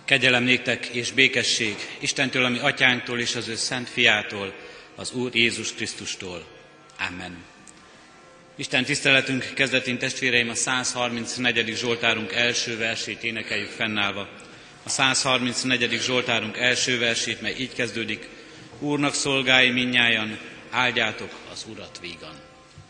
Kegyelem néktek és békesség Istentől, ami atyánktól és az ő szent fiától, az Úr Jézus Krisztustól. Amen. Isten tiszteletünk kezdetén, testvéreim, a 134. Zsoltárunk első versét énekeljük fennállva. A 134. Zsoltárunk első versét, mely így kezdődik: Úrnak szolgái mindnyájan, áldjátok az Urat vígan.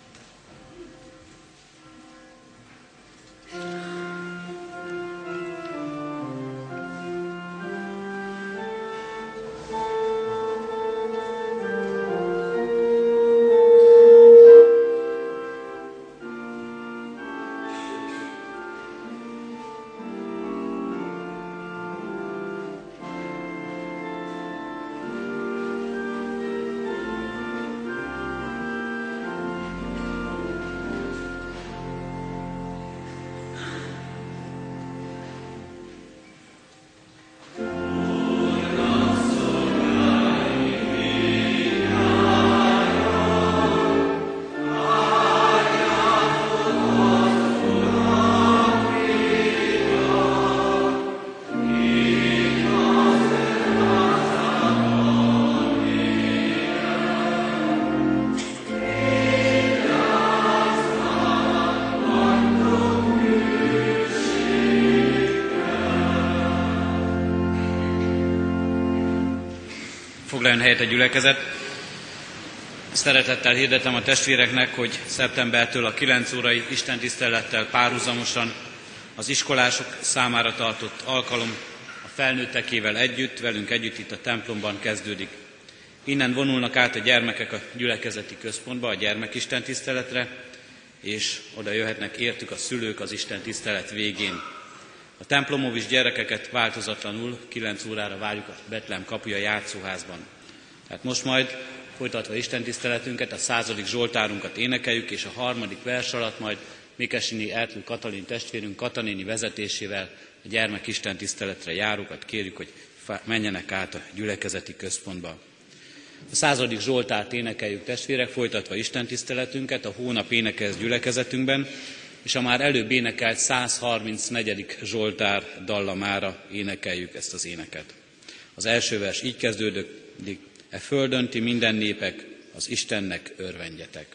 Foglaljon helyet a gyülekezet. Szeretettel hirdetem a testvéreknek, hogy szeptembertől a 9 órai istentisztelettel párhuzamosan az iskolások számára tartott alkalom a felnőttekével együtt, velünk együtt itt a templomban kezdődik. Innen vonulnak át a gyermekek a gyülekezeti központba, a gyermekistentiszteletre, és oda jöhetnek értük a szülők az istentisztelet végén. A templomóvis gyerekeket változatlanul 9 órára várjuk a Betlehem kapuja játszóházban. Tehát most majd folytatva istentiszteletünket, a 100. Zsoltárunkat énekeljük, és a 3. vers alatt majd Mikesini Ertlő Katalin testvérünk Katanéni vezetésével a gyermekistentiszteletre járókat kérjük, hogy menjenek át a gyülekezeti központba. A 100. Zsoltárt énekeljük, testvérek, folytatva istentiszteletünket a hónap énekez gyülekezetünkben, és a már előbb énekelt 134. Zsoltár dallamára énekeljük ezt az éneket. Az első vers így kezdődik: E földön ti minden népek, az Istennek örvendjetek.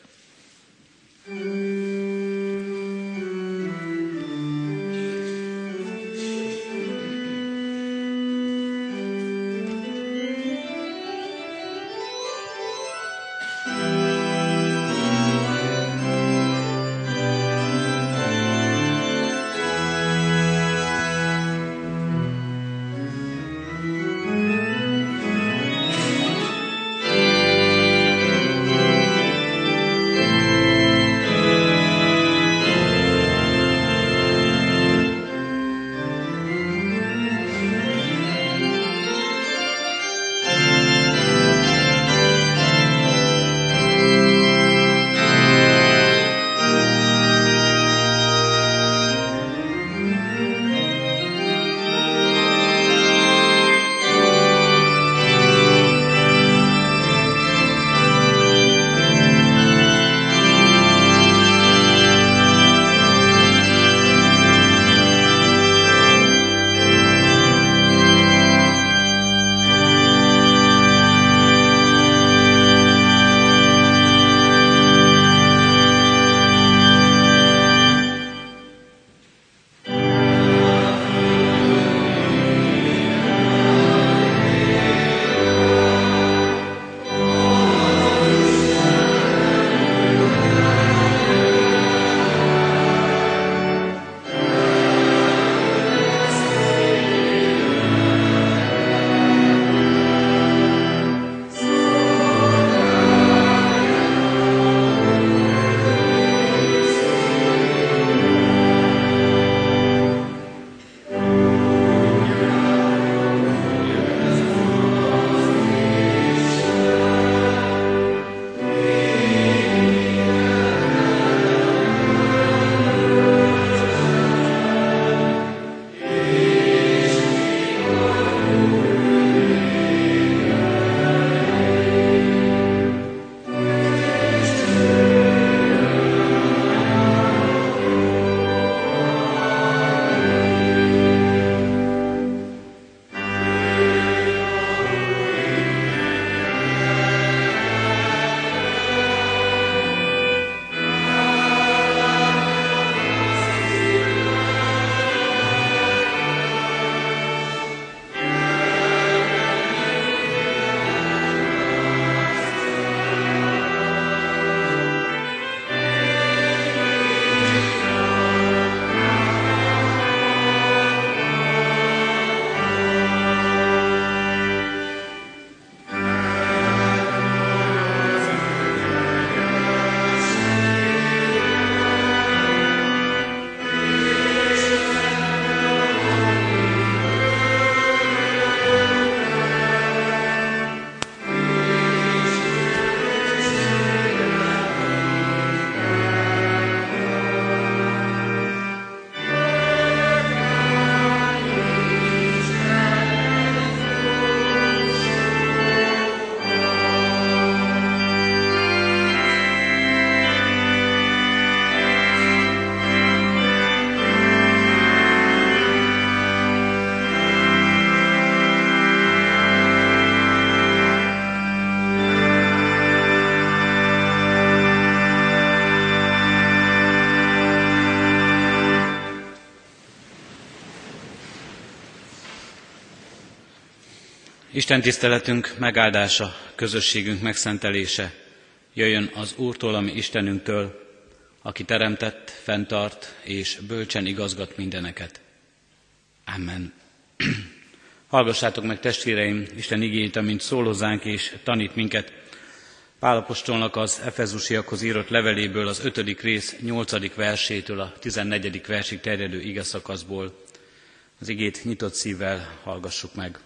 Isten tiszteletünk megáldása, közösségünk megszentelése jöjjön az Úrtól, ami Istenünktől, aki teremtett, fenntart és bölcsen igazgat mindeneket. Amen. Hallgassátok meg, testvéreim, Isten igéjét, amint szól hozzánk és tanít minket. Pál apostolnak az Efezusiakhoz írott leveléből az 5. rész 8. versétől a 14. versig terjedő igeszakaszból. Az igét nyitott szívvel hallgassuk meg.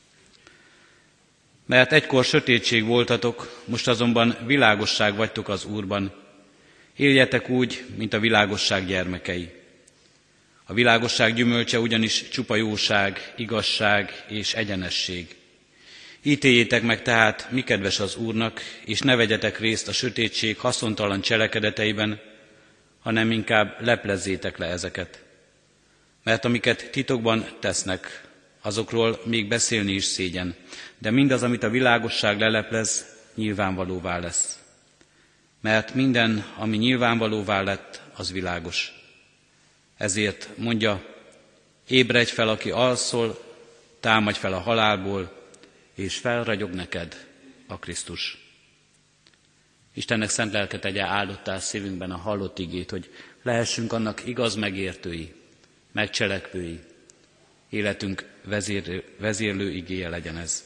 Mert egykor sötétség voltatok, most azonban világosság vagytok az Úrban. Éljetek úgy, mint a világosság gyermekei. A világosság gyümölcse ugyanis csupa jóság, igazság és egyenesség. Ítéljétek meg tehát, mi kedves az Úrnak, és ne vegyetek részt a sötétség haszontalan cselekedeteiben, hanem inkább leplezzétek le ezeket. Mert amiket titokban tesznek, azokról még beszélni is szégyen, de mindaz, amit a világosság leleplez, nyilvánvalóvá lesz. Mert minden, ami nyilvánvalóvá lett, az világos. Ezért mondja, ébredj fel, aki alszol, támadj fel a halálból, és felragyog neked a Krisztus. Istennek szent lelke tegye áldottá szívünkben a hallott igét, hogy lehessünk annak igaz megértői, megcselekvői, életünk vezérlő igéje legyen ez.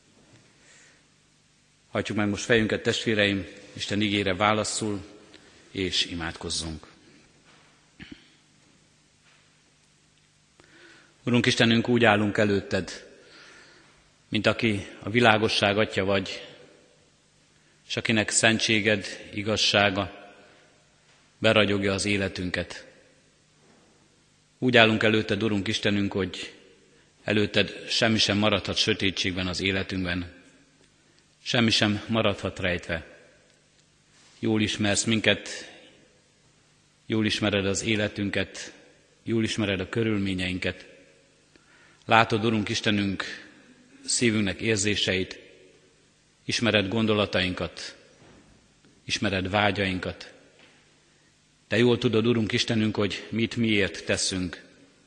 Hajtsuk meg most fejünket, testvéreim, Isten igére válaszul, és imádkozzunk. Urunk Istenünk, úgy állunk előtted, mint aki a világosság atya vagy, és akinek szentséged, igazsága beragyogja az életünket. Úgy állunk előtted, Urunk Istenünk, hogy előtted semmi sem maradhat sötétségben az életünkben, semmi sem maradhat rejtve. Jól ismersz minket, jól ismered az életünket, jól ismered a körülményeinket. Látod, Urunk Istenünk, szívünknek érzéseit, ismered gondolatainkat, ismered vágyainkat. Te jól tudod, Urunk Istenünk, hogy mit miért teszünk,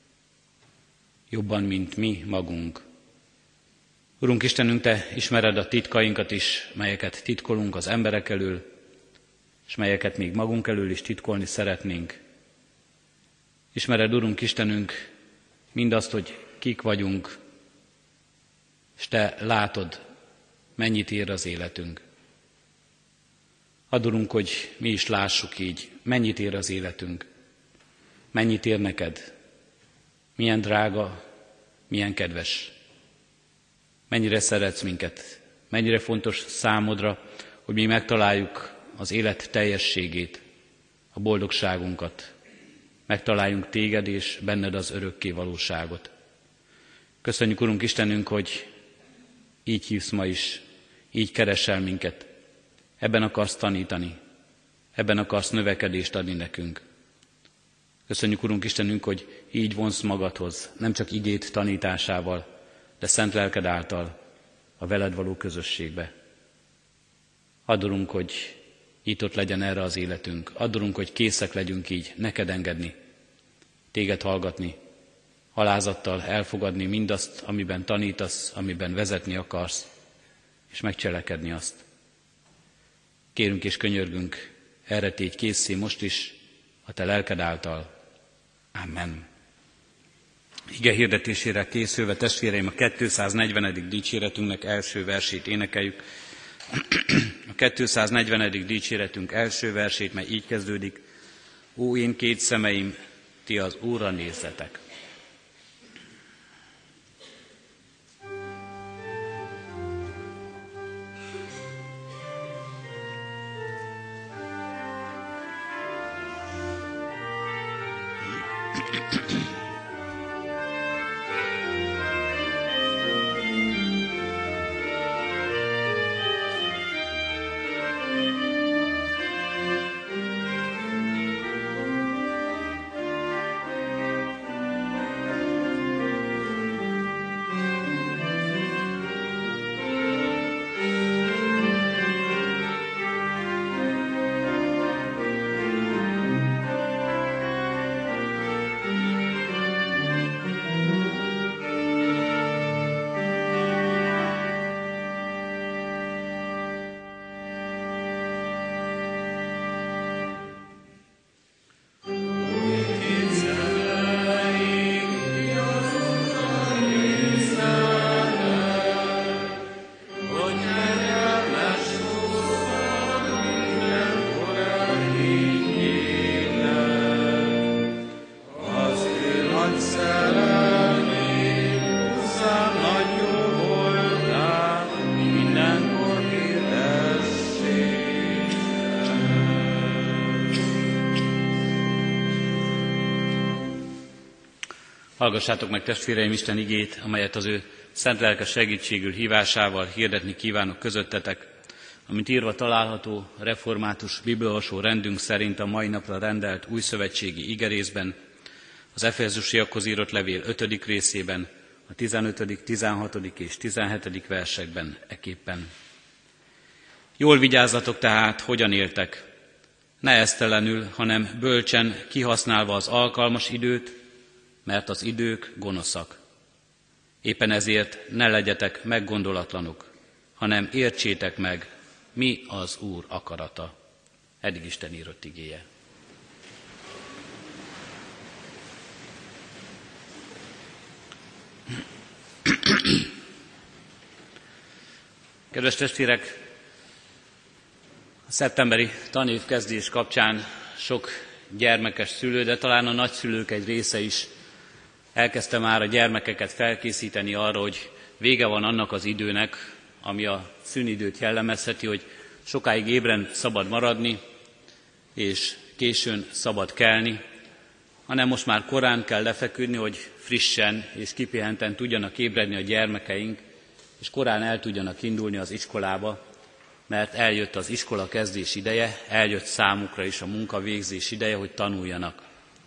jobban, mint mi magunk. Urunk Istenünk, Te ismered a titkainkat is, melyeket titkolunk az emberek elől, és melyeket még magunk elől is titkolni szeretnénk. Ismered, Urunk Istenünk, mindazt, hogy kik vagyunk, és Te látod, mennyit ér az életünk. Add, Urunk, hogy mi is lássuk így, mennyit ér az életünk, mennyit ér neked, milyen drága, milyen kedves, mennyire szeretsz minket, mennyire fontos számodra, hogy mi megtaláljuk az élet teljességét, a boldogságunkat, megtaláljunk téged és benned az örökké valóságot. Köszönjük, Urunk Istenünk, hogy így hívsz ma is, így keresel minket, ebben akarsz tanítani, ebben akarsz növekedést adni nekünk. Köszönjük, Urunk Istenünk, hogy így vonsz magadhoz, nem csak igét tanításával, de szent lelked által a veled való közösségbe. Add, Urunk, hogy nyitott legyen erre az életünk. Add, Urunk, hogy készek legyünk így neked engedni, téged hallgatni, alázattal elfogadni mindazt, amiben tanítasz, amiben vezetni akarsz, és megcselekedni azt. Kérünk és könyörgünk, erre tégy készé most is, a te lelked által. Amen. Ige hirdetésére készülve, testvéreim, a 240. dicséretünknek első versét énekeljük. A 240. dicséretünk első versét, mely így kezdődik: Ó, én két szemeim, ti az Úrra nézzetek. Hallgassátok meg, testvéreim, Isten igét, amelyet az ő szent lelkes segítségül hívásával hirdetni kívánok közöttetek, amint írva található református bibliaolvasó rendünk szerint a mai napra rendelt újszövetségi igerészben, az Efezusiakhoz írott levél 5. részében, a 15., 16. és 17. versekben eképpen. Jól vigyázzatok tehát, hogyan éltek, ne esztelenül, hanem bölcsen kihasználva az alkalmas időt, mert az idők gonoszak. Éppen ezért ne legyetek meggondolatlanok, hanem értsétek meg, mi az Úr akarata. Eddig Isten írott igéje. Kedves testvérek, a szeptemberi tanévkezdés kapcsán sok gyermekes szülő, de talán a nagyszülők egy része is elkezdte már a gyermekeket felkészíteni arra, hogy vége van annak az időnek, ami a szünidőt jellemezheti, hogy sokáig ébren szabad maradni, és későn szabad kelni, hanem most már korán kell lefeküdni, hogy frissen és kipihenten tudjanak ébredni a gyermekeink, és korán el tudjanak indulni az iskolába, mert eljött az iskola kezdés ideje, eljött számukra is a munkavégzés ideje, hogy tanuljanak.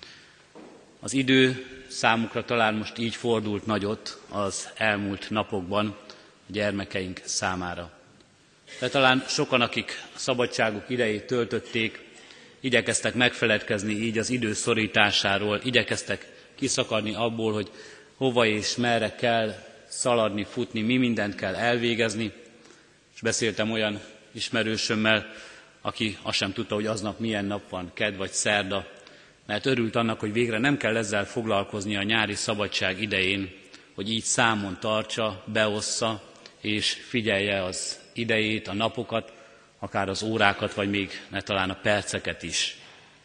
Az idő számukra talán most így fordult nagyot az elmúlt napokban a gyermekeink számára. De talán sokan, akik a szabadságuk idejét töltötték, igyekeztek megfeledkezni így az idő szorításáról, igyekeztek kiszakadni abból, hogy hova és merre kell szaladni, futni, mi mindent kell elvégezni. És beszéltem olyan ismerősömmel, aki azt sem tudta, hogy aznap milyen nap van, kedd vagy szerda, mert örült annak, hogy végre nem kell ezzel foglalkozni a nyári szabadság idején, hogy így számon tartsa, beossza és figyelje az idejét, a napokat, akár az órákat, vagy még ne talán a perceket is.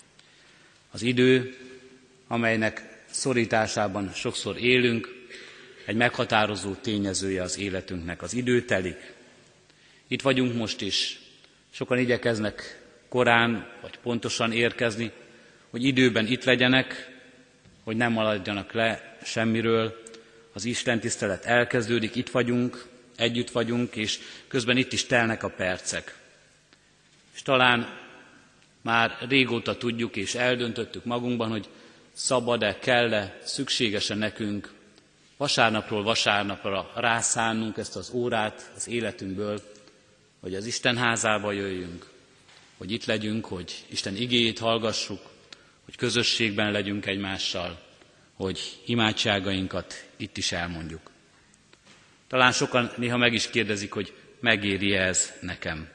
Az idő, amelynek szorításában sokszor élünk, egy meghatározó tényezője az életünknek. Az idő telik. Itt vagyunk most is. Sokan igyekeznek korán vagy pontosan érkezni, hogy időben itt legyenek, hogy nem maradjanak le semmiről. Az istentisztelet elkezdődik, itt vagyunk, együtt vagyunk, és közben itt is telnek a percek. És talán már régóta tudjuk és eldöntöttük magunkban, hogy szabad-e, kell-e, szükséges-e nekünk vasárnapról vasárnapra rászánnunk ezt az órát az életünkből, hogy az Isten házába jöjjünk, hogy itt legyünk, hogy Isten igéjét hallgassuk, hogy közösségben legyünk egymással, hogy imádságainkat itt is elmondjuk. Talán sokan néha meg is kérdezik, hogy megéri-e ez nekem.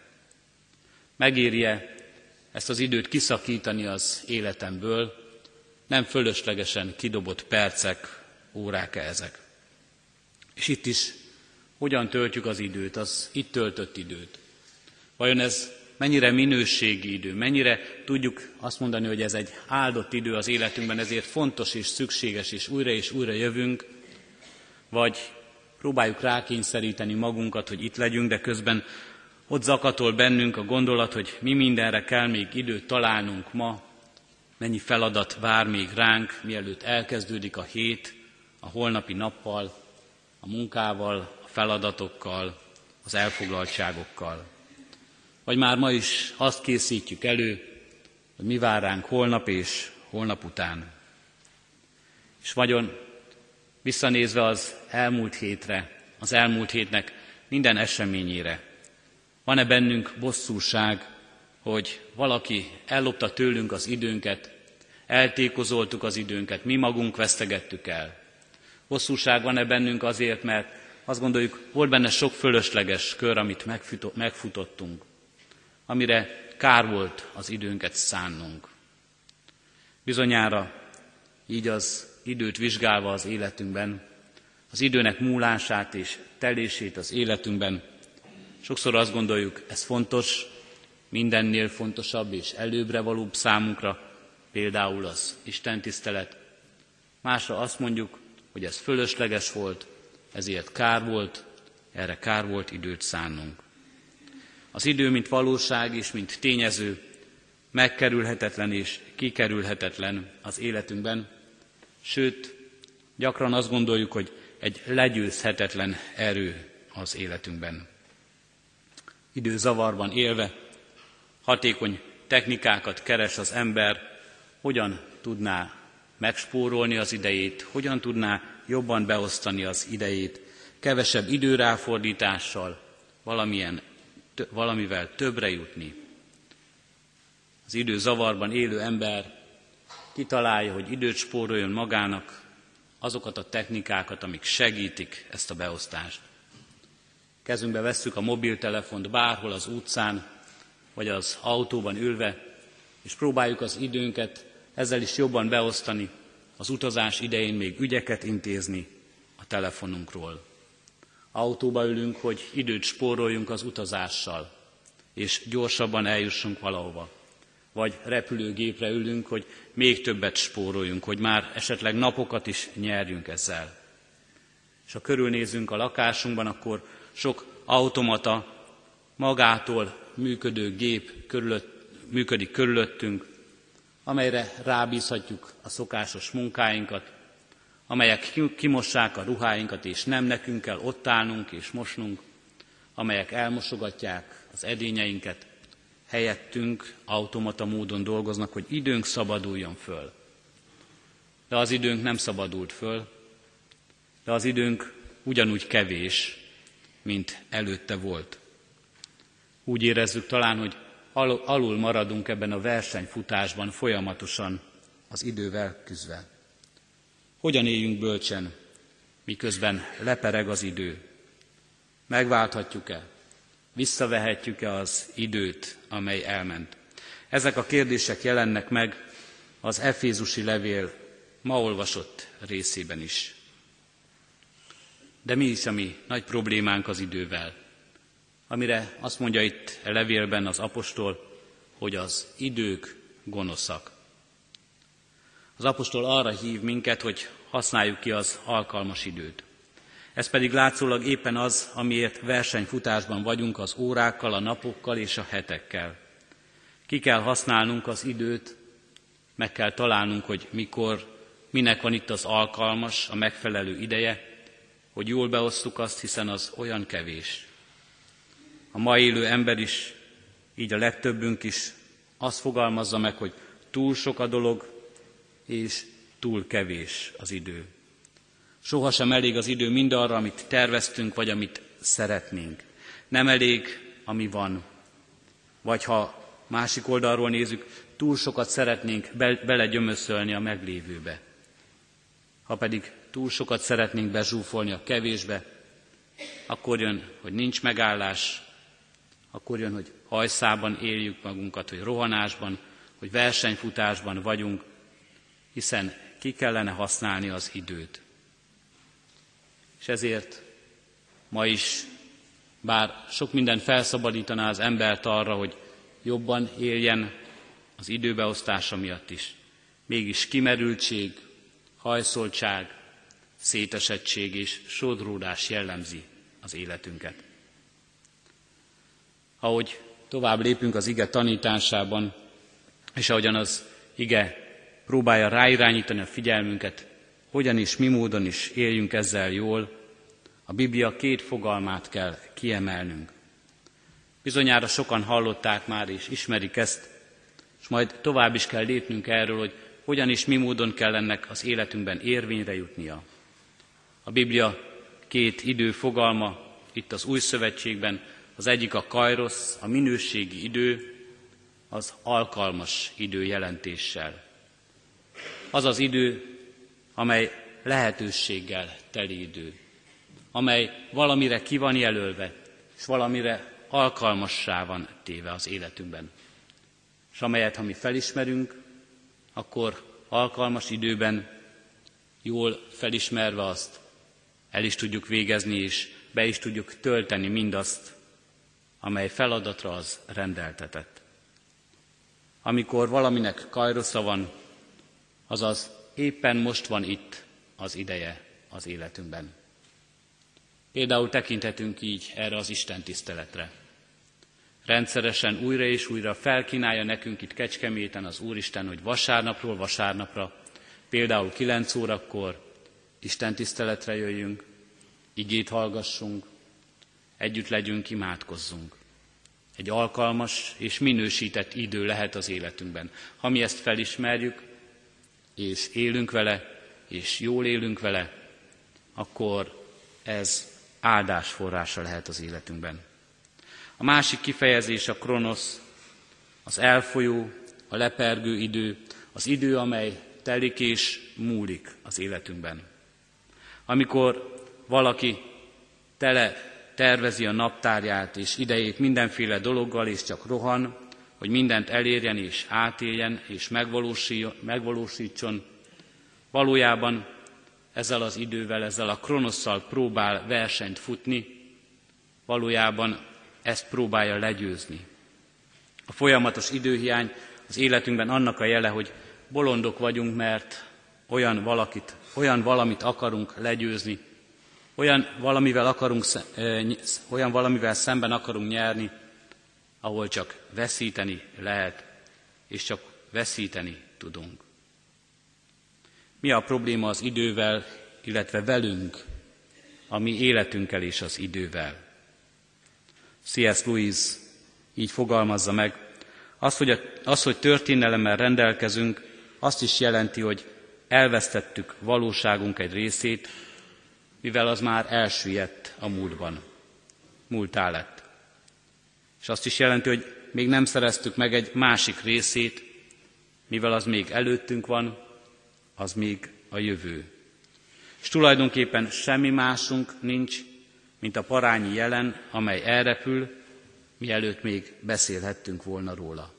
Megéri-e ezt az időt kiszakítani az életemből, nem fölöslegesen kidobott percek, órák ezek. És itt is hogyan töltjük az időt, az itt töltött időt. Vajon ez mennyire minőségi idő, mennyire tudjuk azt mondani, hogy ez egy áldott idő az életünkben, ezért fontos és szükséges, és újra jövünk, vagy próbáljuk rákényszeríteni magunkat, hogy itt legyünk, de közben ott zakatol bennünk a gondolat, hogy mi mindenre kell még időt találnunk ma, mennyi feladat vár még ránk, mielőtt elkezdődik a hét, a holnapi nappal, a munkával, a feladatokkal, az elfoglaltságokkal. Vagy már ma is azt készítjük elő, hogy mi vár ránk holnap és holnap után. És vagyon visszanézve az elmúlt hétre, az elmúlt hétnek minden eseményére, van-e bennünk bosszúság, hogy valaki ellopta tőlünk az időnket, eltékozoltuk az időnket, mi magunk vesztegettük el. Bosszúság van-e bennünk azért, mert azt gondoljuk, volt benne sok fölösleges kör, amit megfutottunk, amire kár volt az időnket szánnunk. Bizonyára így az időt vizsgálva az életünkben, az időnek múlását és telését az életünkben, sokszor azt gondoljuk, ez fontos, mindennél fontosabb és előbbre valóbb számunkra, például az istentisztelet. Másra azt mondjuk, hogy ez fölösleges volt, ezért kár volt, erre kár volt időt szánnunk. Az idő, mint valóság és mint tényező, megkerülhetetlen és kikerülhetetlen az életünkben, sőt, Gyakran azt gondoljuk, hogy egy legyőzhetetlen erő az életünkben. Időzavarban élve hatékony technikákat keres az ember, hogyan tudná megspórolni az idejét, hogyan tudná jobban beosztani az idejét, kevesebb időráfordítással, valamivel többre jutni. Az időzavarban élő ember kitalálja, hogy időt spóroljon magának, azokat a technikákat, amik segítik ezt a beosztást. Kezünkbe vesszük a mobiltelefont bárhol az utcán, vagy az autóban ülve, és próbáljuk az időnket ezzel is jobban beosztani, az utazás idején még ügyeket intézni a telefonunkról. Autóba ülünk, hogy időt spóroljunk az utazással, és gyorsabban eljussunk valahova. Vagy repülőgépre ülünk, hogy még többet spóroljunk, hogy már esetleg napokat is nyerjünk ezzel. És ha körülnézünk a lakásunkban, akkor sok automata, magától működő gép működik körülöttünk, amelyre rábízhatjuk a szokásos munkáinkat, amelyek kimossák a ruháinkat, és nem nekünk kell ott állnunk és mosnunk, amelyek elmosogatják az edényeinket, helyettünk automata módon dolgoznak, hogy időnk szabaduljon föl. De az időnk nem szabadult föl, de az időnk ugyanúgy kevés, mint előtte volt. Úgy érezzük talán, hogy alul maradunk ebben a versenyfutásban folyamatosan az idővel küzdve. Hogyan éljünk bölcsen, miközben lepereg az idő? Megválthatjuk-e? Visszavehetjük-e az időt, amely elment? Ezek a kérdések jelennek meg az Efézusi levél ma olvasott részében is. De mi is a mi nagy problémánk az idővel? Amire azt mondja itt a levélben az apostol, hogy az idők gonoszak. Az apostol arra hív minket, hogy használjuk ki az alkalmas időt. Ez pedig látszólag éppen az, amiért versenyfutásban vagyunk az órákkal, a napokkal és a hetekkel. Ki kell használnunk az időt, meg kell találnunk, hogy mikor, minek van itt az alkalmas, a megfelelő ideje, hogy jól beosztuk azt, hiszen az olyan kevés. A ma élő ember is, így a legtöbbünk is azt fogalmazza meg, hogy túl sok a dolog, és túl kevés az idő. Sohasem elég az idő mindarra, amit terveztünk, vagy amit szeretnénk. Nem elég, ami van. Vagy ha másik oldalról nézzük, túl sokat szeretnénk belegyömöszölni a meglévőbe. Ha pedig túl sokat szeretnénk bezsúfolni a kevésbe, akkor jön, hogy nincs megállás, akkor jön, hogy hajszában éljük magunkat, hogy rohanásban, hogy versenyfutásban vagyunk, hiszen ki kellene használni az időt. És ezért ma is, bár sok minden felszabadítaná az embert arra, hogy jobban éljen az időbeosztása miatt is, mégis kimerültség, hajszoltság, szétesettség és sodródás jellemzi az életünket. Ahogy tovább lépünk az ige tanításában, és ahogyan az ige próbálja ráirányítani a figyelmünket, hogyan is, mi módon is éljünk ezzel jól, a Biblia két fogalmát kell kiemelnünk. Bizonyára sokan hallották már és ismerik ezt, és majd tovább is kell lépnünk erről, hogy hogyan is, mi módon kell ennek az életünkben érvényre jutnia. A Biblia két idő fogalma itt az Új Szövetségben, az egyik a kairosz, a minőségi idő, az alkalmas idő jelentéssel. Az az idő, amely lehetőséggel teli idő, amely valamire ki van jelölve, és valamire alkalmassá van téve az életünkben. És amelyet, ha mi felismerünk, akkor alkalmas időben, jól felismerve azt, el is tudjuk végezni, és be is tudjuk tölteni mindazt, amely feladatra az rendeltetett. Amikor valaminek kairosza van, azaz éppen most van itt az ideje az életünkben. Például tekinthetünk így erre az Isten tiszteletre. Rendszeresen újra és újra felkínálja nekünk itt Kecskeméten az Úristen, hogy vasárnapról vasárnapra, például 9 órakor Isten tiszteletre jöjjünk, igét hallgassunk, együtt legyünk, imádkozzunk. Egy alkalmas és minősített idő lehet az életünkben. Ha mi ezt felismerjük, és élünk vele, és jól élünk vele, akkor ez áldás forrása lehet az életünkben. A másik kifejezés a kronosz, az elfolyó, a lepergő idő, az idő, amely telik és múlik az életünkben. Amikor valaki tervezi a naptárját és idejét mindenféle dologgal, és csak rohan, hogy mindent elérjen és átéljen és megvalósítson, valójában ezzel az idővel, ezzel a kronosszal próbál versenyt futni, valójában ezt próbálja legyőzni. A folyamatos időhiány az életünkben annak a jele, hogy bolondok vagyunk, mert olyan valamit akarunk legyőzni, olyan valamivel szemben akarunk nyerni, ahol csak veszíteni lehet, és csak veszíteni tudunk. Mi a probléma az idővel, illetve velünk, a mi életünkkel és az idővel? C.S. Lewis így fogalmazza meg, az, hogy történelemmel rendelkezünk, azt is jelenti, hogy elvesztettük valóságunk egy részét, mivel az már elsüllyedt a múltban, múlttá lett. És azt is jelenti, hogy még nem szereztük meg egy másik részét, mivel az még előttünk van, az még a jövő. És tulajdonképpen semmi másunk nincs, mint a parányi jelen, amely elrepül, mielőtt még beszélhettünk volna róla.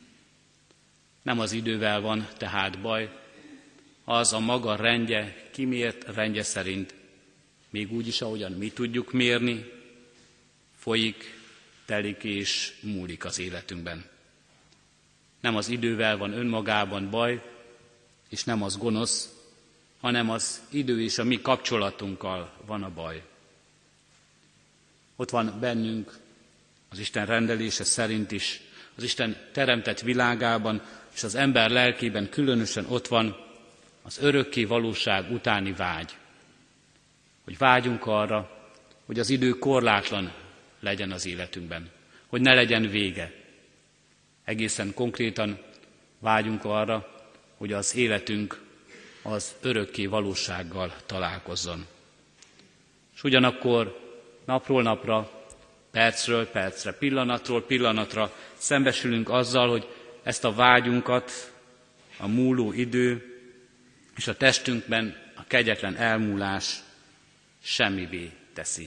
Nem az idővel van tehát baj, az a maga rendje, kimért rendje szerint, még úgy is, ahogyan mi tudjuk mérni, folyik, telik és múlik az életünkben. Nem az idővel van önmagában baj, és nem az gonosz, hanem az idő és a mi kapcsolatunkkal van a baj. Ott van bennünk az Isten rendelése szerint is, az Isten teremtett világában és az ember lelkében különösen ott van az örökké valóság utáni vágy. Hogy vágyunk arra, hogy az idő korlátlan legyen az életünkben, hogy ne legyen vége. Egészen konkrétan vágyunk arra, hogy az életünk az örökké valósággal találkozzon. És ugyanakkor napról napra, percről percre, pillanatról pillanatra szembesülünk azzal, hogy ezt a vágyunkat a múló idő és a testünkben a kegyetlen elmúlás semmivé teszi.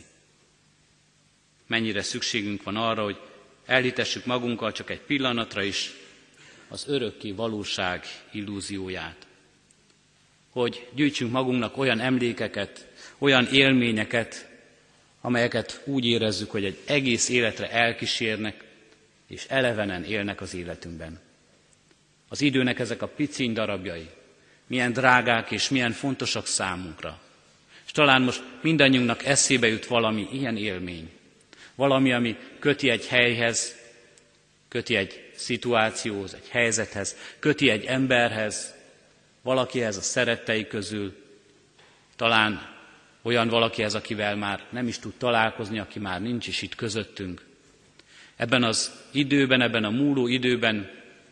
Mennyire szükségünk van arra, hogy elhitessük magunkkal csak egy pillanatra is az örökké valóság illúzióját. Hogy gyűjtsünk magunknak olyan emlékeket, olyan élményeket, amelyeket úgy érezzük, hogy egy egész életre elkísérnek, és elevenen élnek az életünkben. Az időnek ezek a piciny darabjai, milyen drágák és milyen fontosak számunkra. És talán most mindannyiunknak eszébe jut valami ilyen élmény. Valami, ami köti egy helyhez, köti egy szituációhoz, egy helyzethez, köti egy emberhez, valakihez a szerettei közül, talán olyan valakihez, akivel már nem is tud találkozni, aki már nincs is itt közöttünk. Ebben az időben, ebben a múló időben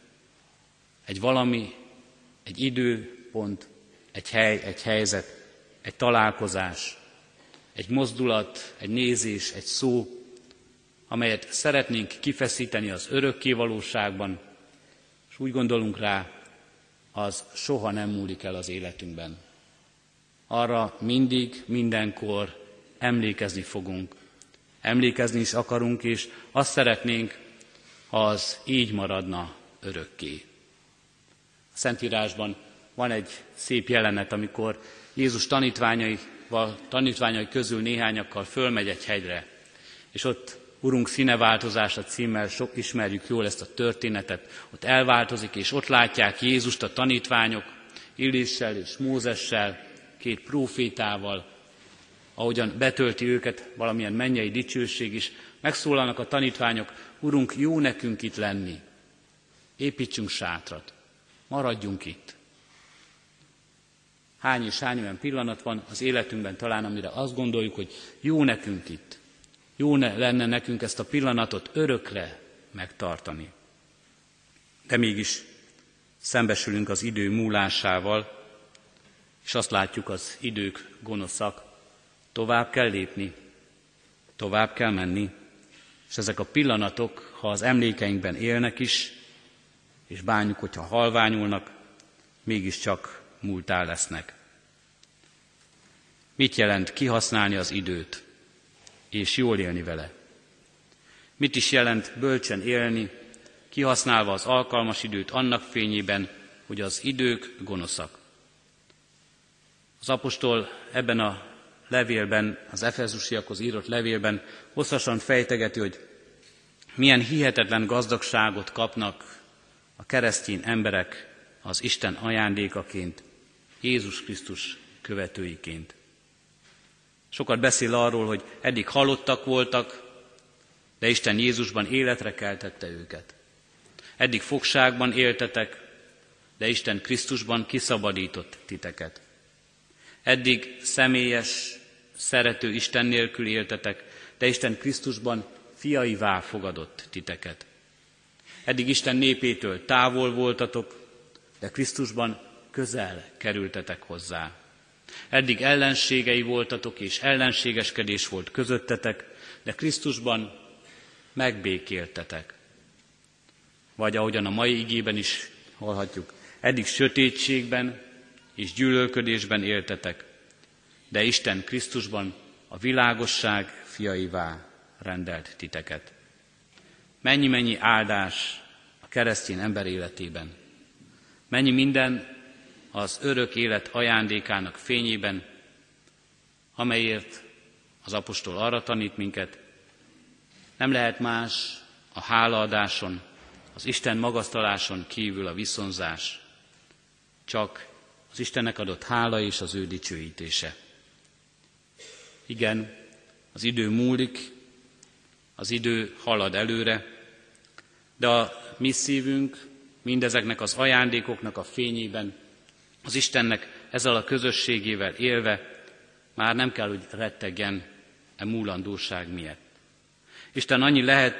egy valami, egy időpont, egy hely, egy helyzet, egy találkozás, egy mozdulat, egy nézés, egy szó, amelyet szeretnénk kifeszíteni az örökké valóságban, és úgy gondolunk rá, az soha nem múlik el az életünkben. Arra mindig, mindenkor emlékezni fogunk. Emlékezni is akarunk, és azt szeretnénk, ha az így maradna örökké. A Szentírásban van egy szép jelenet, amikor Jézus tanítványai közül néhányakkal fölmegy egy hegyre, és ott Urunk színeváltozása címmel sok ismerjük jól ezt a történetet, ott elváltozik, és ott látják Jézust a tanítványok, Illissel és Mózessel, két prófétával, ahogyan betölti őket valamilyen mennyei dicsőség is, megszólalnak a tanítványok, Urunk, jó nekünk itt lenni, építsünk sátrat, maradjunk itt. Hány és hány olyan pillanat van az életünkben talán, amire azt gondoljuk, hogy jó nekünk itt. Jó lenne nekünk ezt a pillanatot örökre megtartani. De mégis szembesülünk az idő múlásával, és azt látjuk, az idők gonoszak. Tovább kell lépni, tovább kell menni, és ezek a pillanatok, ha az emlékeinkben élnek is, és bánjuk, hogyha halványulnak, mégiscsak múlttá lesznek. Mit jelent kihasználni az időt, és jól élni vele? Mit is jelent bölcsen élni, kihasználva az alkalmas időt annak fényében, hogy az idők gonoszak? Az apostol ebben a levélben, az efezusiakhoz írott levélben hosszasan fejtegeti, hogy milyen hihetetlen gazdagságot kapnak a keresztény emberek az Isten ajándékaként, Jézus Krisztus követőiként. Sokat beszél arról, hogy eddig halottak voltak, de Isten Jézusban életre keltette őket. Eddig fogságban éltetek, de Isten Krisztusban kiszabadított titeket. Eddig személyes, szerető Isten nélkül éltetek, de Isten Krisztusban fiaivá fogadott titeket. Eddig Isten népétől távol voltatok, de Krisztusban közel kerültetek hozzá. Eddig ellenségei voltatok, és ellenségeskedés volt közöttetek, de Krisztusban megbékéltetek. Vagy ahogyan a mai igében is hallhatjuk, eddig sötétségben és gyűlölködésben éltetek, de Isten Krisztusban a világosság fiaivá rendelt titeket. Mennyi áldás a keresztény ember életében. Mennyi minden az örök élet ajándékának fényében, amelyért az apostol arra tanít minket, nem lehet más a hálaadáson, az Isten magasztaláson kívül a viszonzás, csak az Istennek adott hála és az ő dicsőítése. Igen, az idő múlik, az idő halad előre, de a mi szívünk mindezeknek az ajándékoknak a fényében, az Istennek ezzel a közösségével élve már nem kell, hogy rettegjen e múlandóság miatt. Isten annyi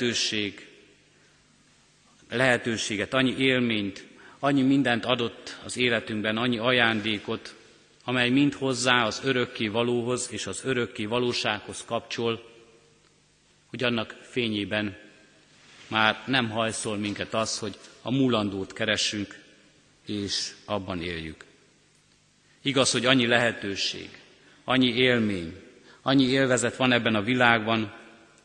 lehetőséget, annyi élményt, annyi mindent adott az életünkben, annyi ajándékot, amely mind hozzá az örökké valóhoz és az örökké valósághoz kapcsol, hogy annak fényében már nem hajszol minket az, hogy a múlandót keressünk, és abban éljük. Igaz, hogy annyi lehetőség, annyi élmény, annyi élvezet van ebben a világban,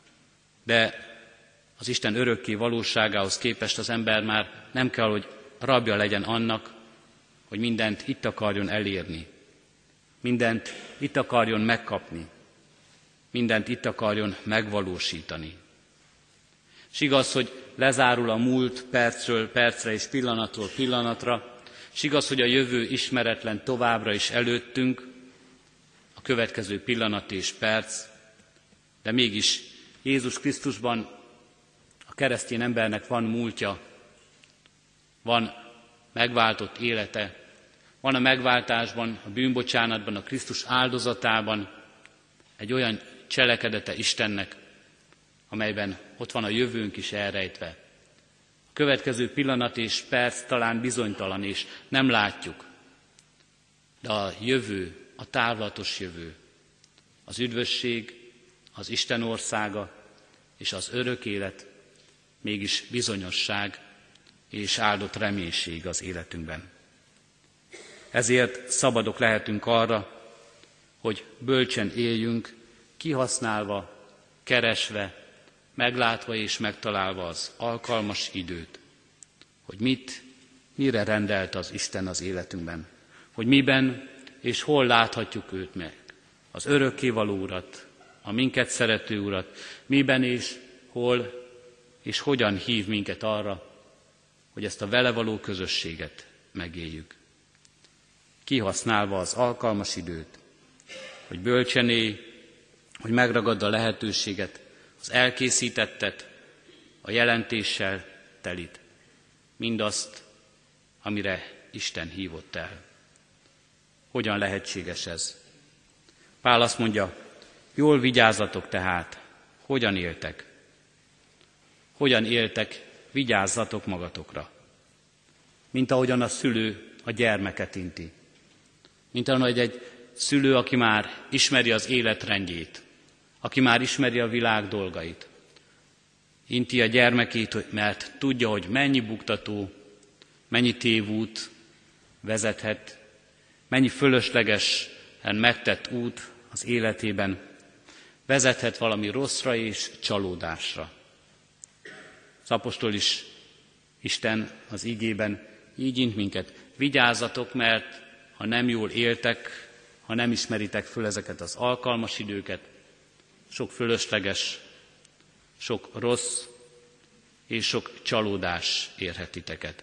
de az Isten örökké valóságához képest az ember már nem kell, hogy rabja legyen annak, hogy mindent itt akarjon elérni, mindent itt akarjon megkapni, mindent itt akarjon megvalósítani. És igaz, hogy lezárul a múlt percről percre és pillanatról pillanatra, és igaz, hogy a jövő ismeretlen továbbra is előttünk, a következő pillanat és perc, de mégis Jézus Krisztusban a keresztény embernek van múltja, van megváltott élete, van a megváltásban, a bűnbocsánatban, a Krisztus áldozatában egy olyan cselekedete Istennek, amelyben ott van a jövőnk is elrejtve. A következő pillanat és perc talán bizonytalan, és nem látjuk, de a jövő, a távlatos jövő, az üdvösség, az Isten országa és az örök élet mégis bizonyosság és áldott reménység az életünkben. Ezért szabadok lehetünk arra, hogy bölcsen éljünk, kihasználva, keresve, meglátva és megtalálva az alkalmas időt, hogy mire rendelt az Isten az életünkben, hogy miben és hol láthatjuk őt meg, az örökkévaló Urat, a minket szerető Urat, miben és hol és hogyan hív minket arra, hogy ezt a vele való közösséget megéljük. Kihasználva az alkalmas időt, hogy bölcsen élj, hogy megragadd a lehetőséget, az elkészítettet, a jelentéssel telit, mindazt, amire Isten hívott el. Hogyan lehetséges ez? Pál azt mondja, jól vigyázzatok tehát, hogyan éltek. Hogyan éltek, vigyázzatok magatokra. Mint ahogyan a szülő a gyermeket inti. Mint ahogy egy szülő, aki már ismeri az életrendjét, aki már ismeri a világ dolgait. Inti a gyermekét, mert tudja, hogy mennyi buktató, mennyi tévút vezethet, mennyi fölöslegesen megtett út az életében vezethet valami rosszra és csalódásra. Az apostol is, Isten az igében így int minket. Vigyázzatok, mert ha nem jól éltek, ha nem ismeritek föl ezeket az alkalmas időket, sok fölösleges, sok rossz és sok csalódás érhet titeket.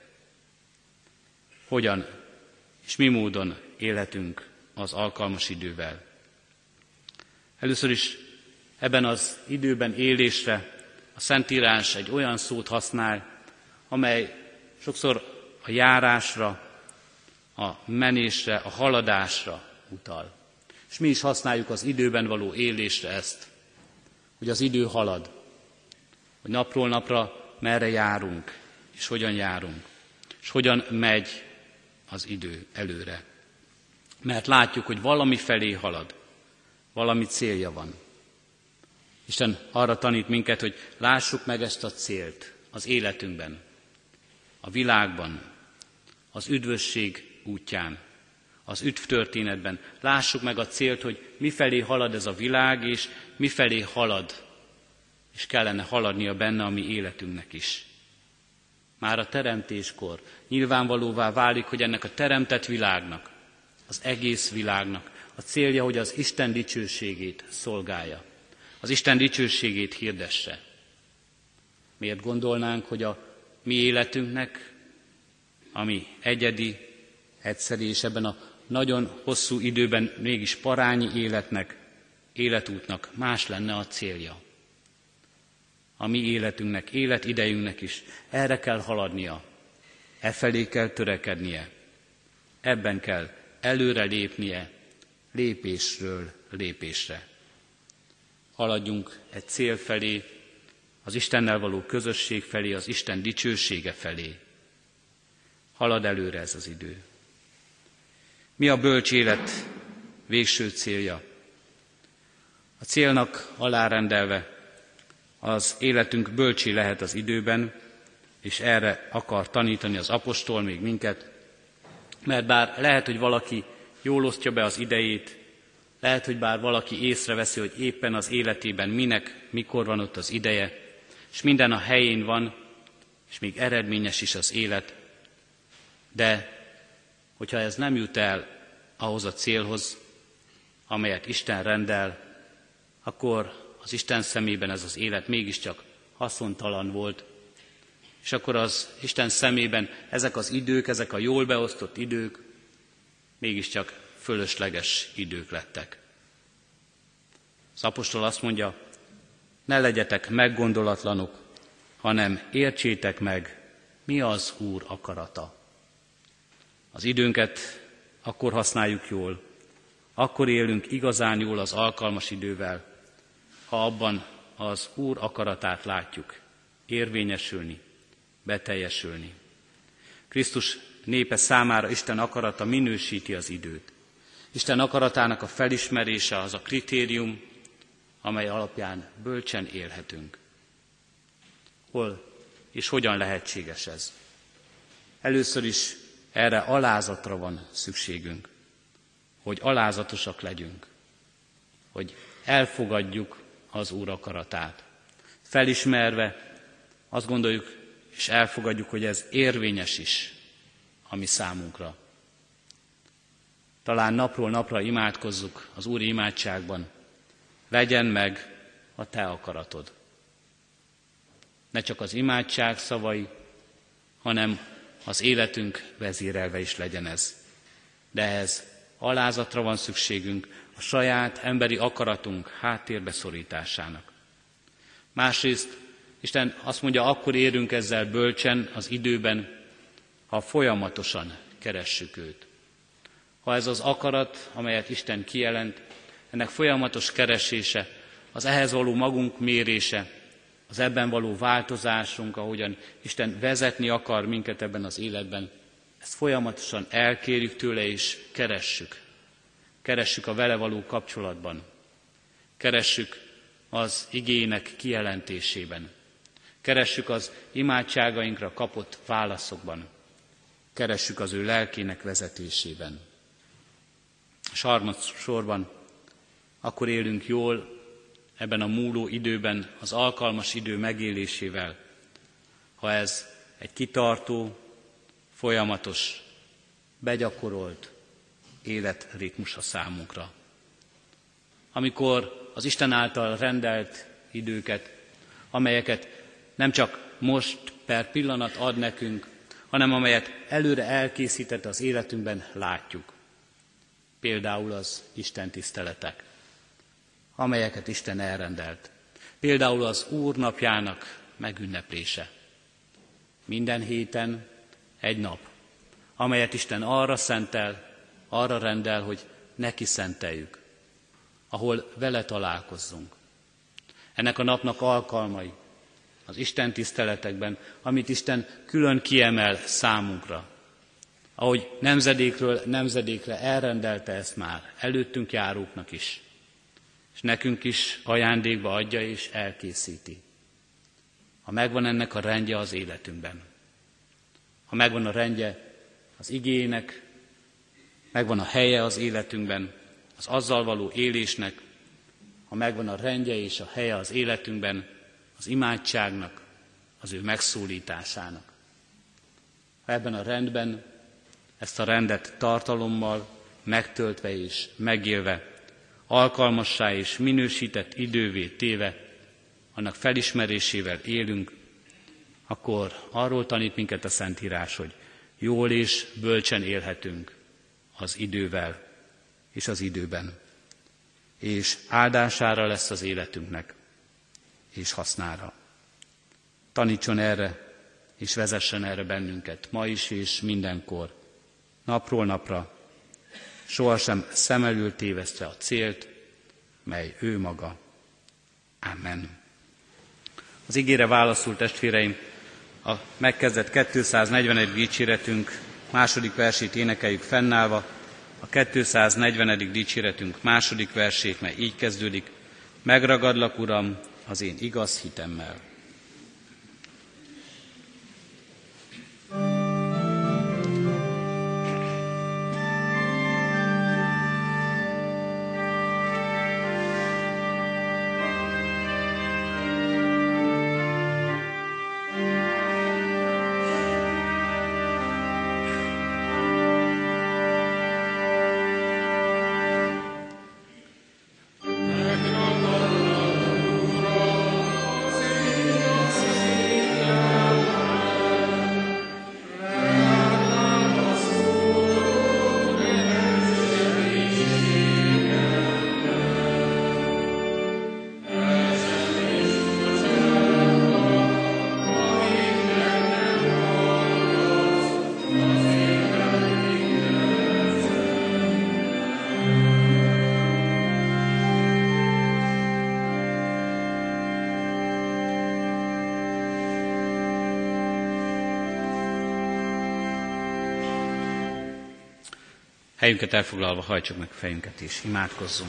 Hogyan és mi módon élhetünk az alkalmas idővel? Először is ebben az időben élésre a Szentírás egy olyan szót használ, amely sokszor a járásra, a menésre, a haladásra utal. És mi is használjuk az időben való élésre ezt, hogy az idő halad, hogy napról napra merre járunk, és hogyan járunk, és hogyan megy az idő előre. Mert látjuk, hogy valami felé halad, valami célja van. Isten arra tanít minket, hogy lássuk meg ezt a célt az életünkben, a világban, az üdvösség útján, az üdvtörténetben. Lássuk meg a célt, hogy mifelé halad ez a világ, és mifelé halad, és kellene haladnia benne a mi életünknek is. Már a teremtéskor nyilvánvalóvá válik, hogy ennek a teremtett világnak, az egész világnak a célja, hogy az Isten dicsőségét szolgálja, az Isten dicsőségét hirdesse. Miért gondolnánk, hogy a mi életünknek, ami egyedi, egyszeri, és ebben a nagyon hosszú időben mégis parányi életnek, életútnak más lenne a célja? A mi életünknek, életidejünknek is erre kell haladnia, efelé kell törekednie, ebben kell előre lépnie, lépésről lépésre. Haladjunk egy cél felé, az Istennel való közösség felé, az Isten dicsősége felé. Halad előre ez az idő. Mi a bölcs élet végső célja? A célnak alárendelve az életünk bölcsé lehet az időben, és erre akar tanítani az apostol még minket, mert bár lehet, hogy valaki jól osztja be az idejét, lehet, hogy bár valaki észreveszi, hogy éppen az életében minek, mikor van ott az ideje, és minden a helyén van, és még eredményes is az élet, de hogyha ez nem jut el ahhoz a célhoz, amelyet Isten rendel, akkor az Isten szemében ez az élet mégiscsak haszontalan volt, és akkor az Isten szemében ezek az idők, ezek a jól beosztott idők mégiscsak fölösleges idők lettek. Az apostol azt mondja, ne legyetek meggondolatlanok, hanem értsétek meg, mi az Úr akarata. Az időnket akkor használjuk jól, akkor élünk igazán jól az alkalmas idővel, ha abban az Úr akaratát látjuk érvényesülni, beteljesülni. Krisztus népe számára Isten akarata minősíti az időt. Isten akaratának a felismerése az a kritérium, amely alapján bölcsen élhetünk. Hol és hogyan lehetséges ez? Először is erre alázatra van szükségünk, hogy alázatosak legyünk, hogy elfogadjuk az Úr akaratát. Felismerve azt gondoljuk és elfogadjuk, hogy ez érvényes is a mi számunkra. Talán napról napra imádkozzuk az Úri imádságban, legyen meg a te akaratod. Ne csak az imádság szavai, hanem az életünk vezérelve is legyen ez. De ehhez alázatra van szükségünk, a saját emberi akaratunk háttérbe szorításának. Másrészt Isten azt mondja, akkor érünk ezzel bölcsen az időben, ha folyamatosan keressük őt. ha ez az akarat, amelyet Isten kijelent, ennek folyamatos keresése, az ehhez való magunk mérése, az ebben való változásunk, ahogyan Isten vezetni akar minket ebben az életben, ezt folyamatosan elkérjük tőle és keressük. Keressük a vele való kapcsolatban. Keressük az igének kijelentésében. Keressük az imádságainkra kapott válaszokban. Keressük az ő lelkének vezetésében. És harmadsorban akkor élünk jól ebben a múló időben, az alkalmas idő megélésével, ha ez egy kitartó, folyamatos, begyakorolt életritmus a számunkra. Amikor az Isten által rendelt időket, amelyeket nem csak most per pillanat ad nekünk, hanem amelyet előre elkészített az életünkben, látjuk. Például az Isten tiszteletek, amelyeket Isten elrendelt. Például az Úr napjának megünneplése. Minden héten egy nap, amelyet Isten arra szentel, arra rendel, hogy neki szenteljük, ahol vele találkozzunk. Ennek a napnak alkalmai az Isten tiszteletekben, amit Isten külön kiemel számunkra. Ahogy nemzedékről nemzedékre elrendelte ezt már, előttünk járóknak is, és nekünk is ajándékba adja és elkészíti. Ha megvan ennek a rendje az életünkben, ha megvan a rendje az igének, megvan a helye az életünkben, az azzal való élésnek, ha megvan a rendje és a helye az életünkben, az imádságnak, az ő megszólításának. Ha ebben a rendben, ezt a rendet tartalommal megtöltve és megélve, alkalmassá és minősített idővé téve, annak felismerésével élünk, akkor arról tanít minket a Szentírás, hogy jól és bölcsen élhetünk az idővel és az időben. És áldására lesz az életünknek, és hasznára. Tanítson erre, és vezessen erre bennünket, ma is és mindenkor, napról napra, sohasem szem elől tévesztve a célt, mely ő maga. Amen. Az igére válaszul, testvéreim, a megkezdett 240. dicséretünk második versét énekeljük fennállva, a 240. dicséretünk második versét, mely így kezdődik: megragadlak, Uram, az én igaz hitemmel. Helyünket elfoglalva hajtsuk meg fejünket és imádkozzunk.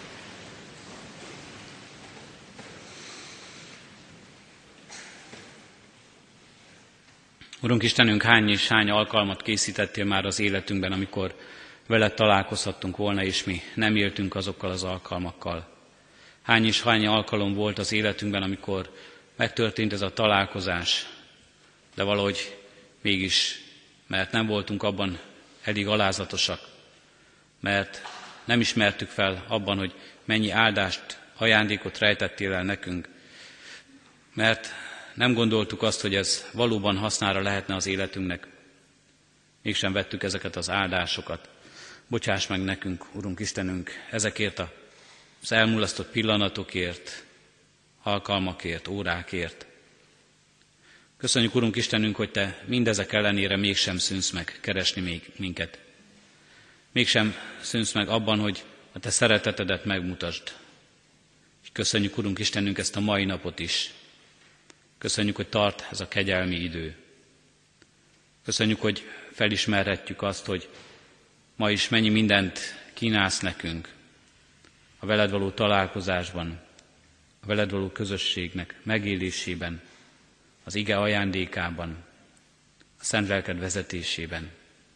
Urunk Istenünk, hány és hány alkalmat készítettél már az életünkben, amikor veled találkozhattunk volna, és mi nem éltünk azokkal az alkalmakkal. Hány és hány alkalom volt az életünkben, amikor megtörtént ez a találkozás, de valahogy mégis, mert nem voltunk abban elég alázatosak, mert nem ismertük fel abban, hogy mennyi áldást, ajándékot rejtettél el nekünk, mert nem gondoltuk azt, hogy ez valóban hasznára lehetne az életünknek. Mégsem vettük ezeket az áldásokat. Bocsáss meg nekünk, Urunk Istenünk, ezekért az elmulasztott pillanatokért, alkalmakért, órákért. Köszönjük, Urunk Istenünk, hogy Te mindezek ellenére mégsem szűnsz meg keresni még minket. mégsem szűnsz meg abban, hogy a te szeretetedet megmutasd. És köszönjük, Urunk Istenünk, ezt a mai napot is. Köszönjük, hogy tart ez a kegyelmi idő. Köszönjük, hogy felismerhetjük azt, hogy ma is mennyi mindent kínálsz nekünk a veled való találkozásban, a veled való közösségnek megélésében, az ige ajándékában, a szent lelked vezetésében.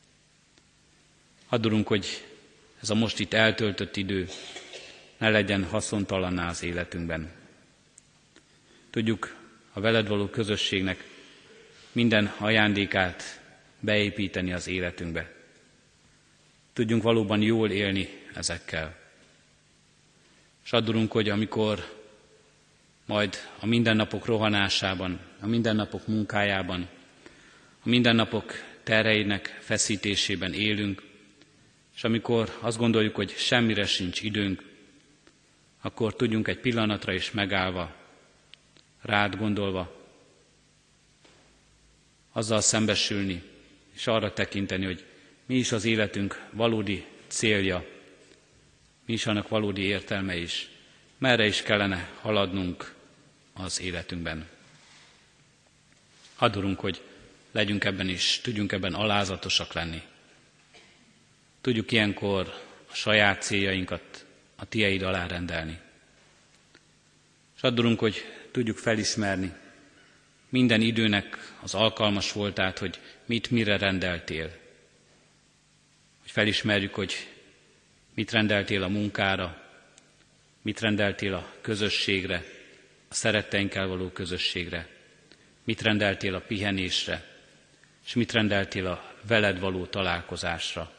Add, Urunk, hogy ez a most itt eltöltött idő ne legyen haszontalanná az életünkben. Tudjuk a veled való közösségnek minden ajándékát beépíteni az életünkbe. Tudjunk valóban jól élni ezekkel. És add, Urunk, hogy amikor majd a mindennapok rohanásában, a mindennapok munkájában, a mindennapok terheinek feszítésében élünk, és amikor azt gondoljuk, hogy semmire sincs időnk, akkor tudjunk egy pillanatra is megállva, rád gondolva, azzal szembesülni, és arra tekinteni, hogy mi is az életünk valódi célja, mi is annak valódi értelme is, merre is kellene haladnunk az életünkben. Add, Urunk, hogy legyünk ebben is, tudjunk ebben alázatosak lenni. Tudjuk ilyenkor a saját céljainkat a Tieid alá rendelni. És add, Urunk, hogy tudjuk felismerni minden időnek az alkalmas voltát, hogy mit mire rendeltél. Hogy felismerjük, hogy mit rendeltél a munkára, mit rendeltél a közösségre, a szeretteinkkel való közösségre, mit rendeltél a pihenésre, és mit rendeltél a veled való találkozásra.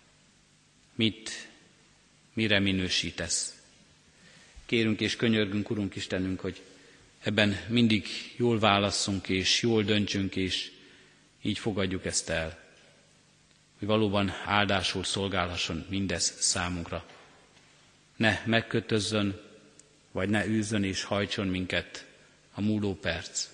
Mire minősítesz. Kérünk és könyörgünk, Urunk Istenünk, hogy ebben mindig jól válasszunk és jól döntsünk, és így fogadjuk ezt el. Hogy valóban áldásul szolgálhasson mindez számunkra. Ne megkötözzön, vagy ne űzzön és hajtson minket a múló perc.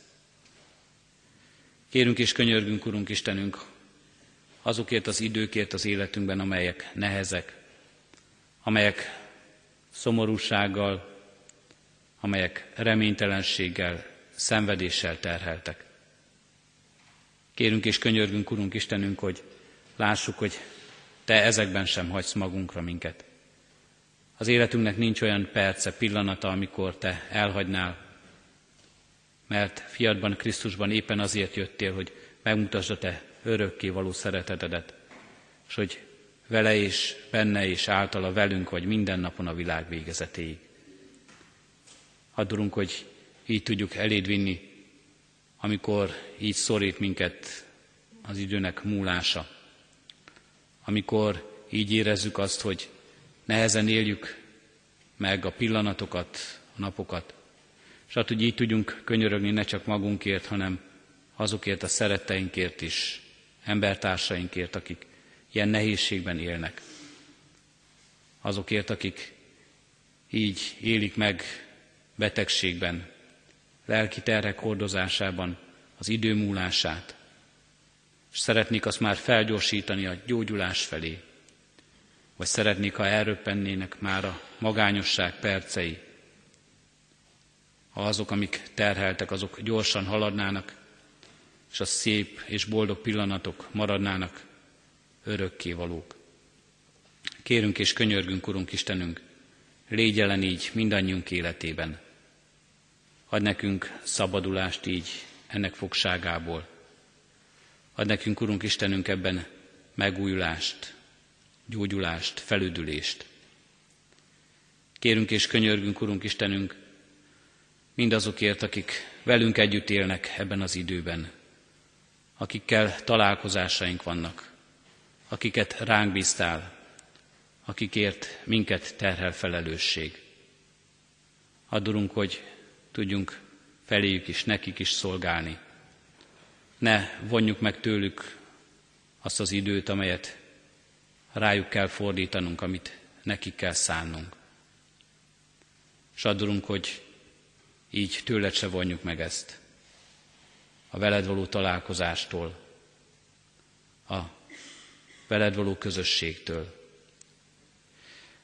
Kérünk és könyörgünk, Urunk Istenünk, azokért az időkért az életünkben, amelyek nehezek, amelyek szomorúsággal, amelyek reménytelenséggel, szenvedéssel terheltek. Kérünk és könyörgünk, Urunk Istenünk, hogy lássuk, hogy Te ezekben sem hagysz magunkra minket. Az életünknek nincs olyan perce, pillanata, amikor Te elhagynál, mert fiadban, Krisztusban éppen azért jöttél, hogy megmutasd a Te örökké való szeretetedet, és hogy vele és benne és általa velünk vagy minden napon a világ végezetéig. Add, Urunk, hogy így tudjuk eléd vinni, amikor így szorít minket az időnek múlása, amikor így érezzük azt, hogy nehezen éljük meg a pillanatokat, a napokat, és hát, hogy így tudjunk könyörögni ne csak magunkért, hanem azokért a szeretteinkért is, embertársainkért, akik ilyen nehézségben élnek. Azokért, akik így élik meg betegségben, lelki terhek hordozásában az idő múlását, és szeretnék azt már felgyorsítani a gyógyulás felé, vagy szeretnék, ha elröppennének már a magányosság percei, ha azok, amik terheltek, azok gyorsan haladnának, és a szép és boldog pillanatok maradnának örökkévalók. Kérünk és könyörgünk, Urunk Istenünk, légy jelen így mindannyiunk életében. Add nekünk szabadulást így ennek fogságából. Add nekünk, Urunk Istenünk, ebben megújulást, gyógyulást, felüdülést. Kérünk és könyörgünk, Urunk Istenünk, mindazokért, akik velünk együtt élnek ebben az időben, akikkel találkozásaink vannak, akiket ránk bíztál, akikért minket terhel felelősség. Add, Urunk, hogy tudjunk feléjük is, nekik is szolgálni. Ne vonjuk meg tőlük azt az időt, amelyet rájuk kell fordítanunk, amit nekik kell szánnunk. És add, Urunk, hogy így tőled se vonjuk meg ezt. A veled való találkozástól, a veled való közösségtől.